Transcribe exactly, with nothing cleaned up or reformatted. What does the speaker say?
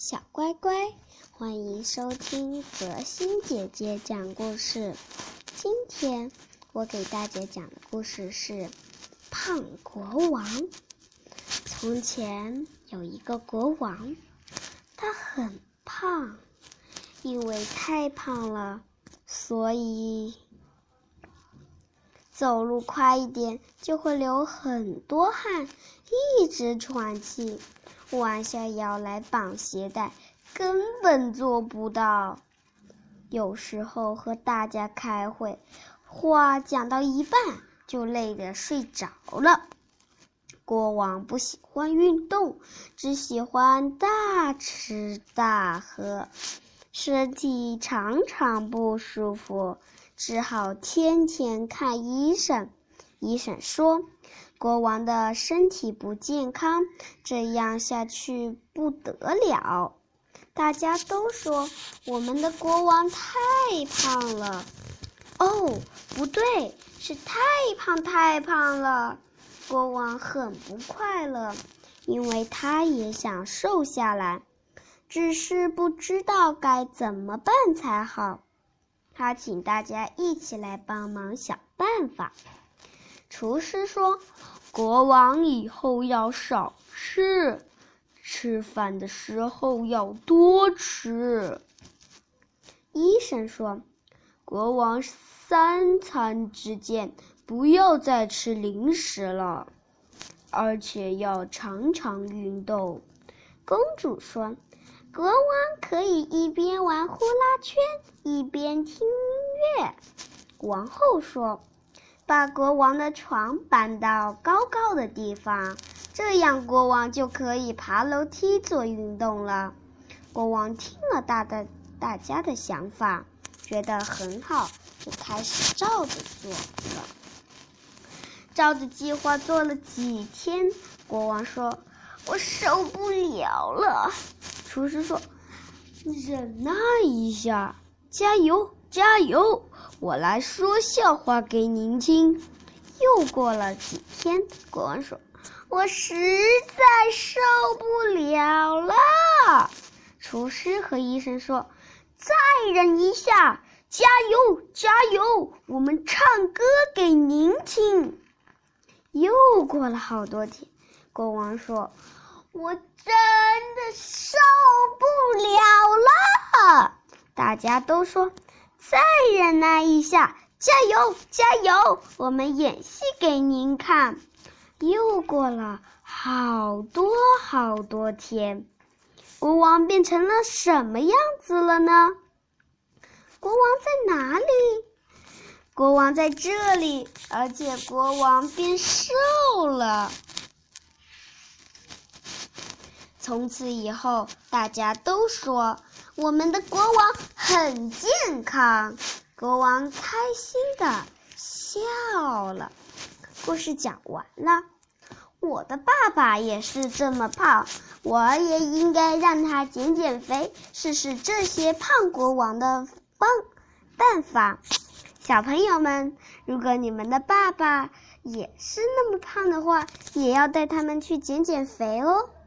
小乖乖，欢迎收听泽欣姐姐讲故事。今天我给大家讲的故事是胖国王。从前有一个国王，他很胖，因为太胖了，所以走路快一点就会流很多汗，一直喘气，弯下腰来绑鞋带根本做不到。有时候和大家开会，话讲到一半就累得睡着了。国王不喜欢运动，只喜欢大吃大喝，身体常常不舒服，只好天天看医生。医生说，国王的身体不健康，这样下去不得了。大家都说我们的国王太胖了。哦，不对，是太胖太胖了。国王很不快乐，因为他也想瘦下来，只是不知道该怎么办才好。他请大家一起来帮忙想办法。厨师说，国王以后要少吃，吃饭的时候要多吃。医生说，国王三餐之间不要再吃零食了，而且要常常运动。公主说，国王可以一边玩呼啦圈一边听音乐。王后说，把国王的床搬到高高的地方，这样国王就可以爬楼梯做运动了。国王听了大的大家的想法，觉得很好，就开始照着做了。照着计划做了几天，国王说，我受不了了。厨师说，忍耐一下，加油加油，我来说笑话给您听。又过了几天，国王说，我实在受不了了。厨师和医生说，再忍一下，加油加油，我们唱歌给您听。又过了好多天，国王说，我真的受不了了。大家都说，再忍耐一下，加油加油，我们演戏给您看。又过了好多好多天，国王变成了什么样子了呢？国王在哪里？国王在这里，而且国王变瘦了。从此以后，大家都说我们的国王很健康。国王开心地笑了。故事讲完了。我的爸爸也是这么胖，我也应该让他减减肥，试试这些胖国王的帮办法。小朋友们，如果你们的爸爸也是那么胖的话，也要带他们去减减肥哦。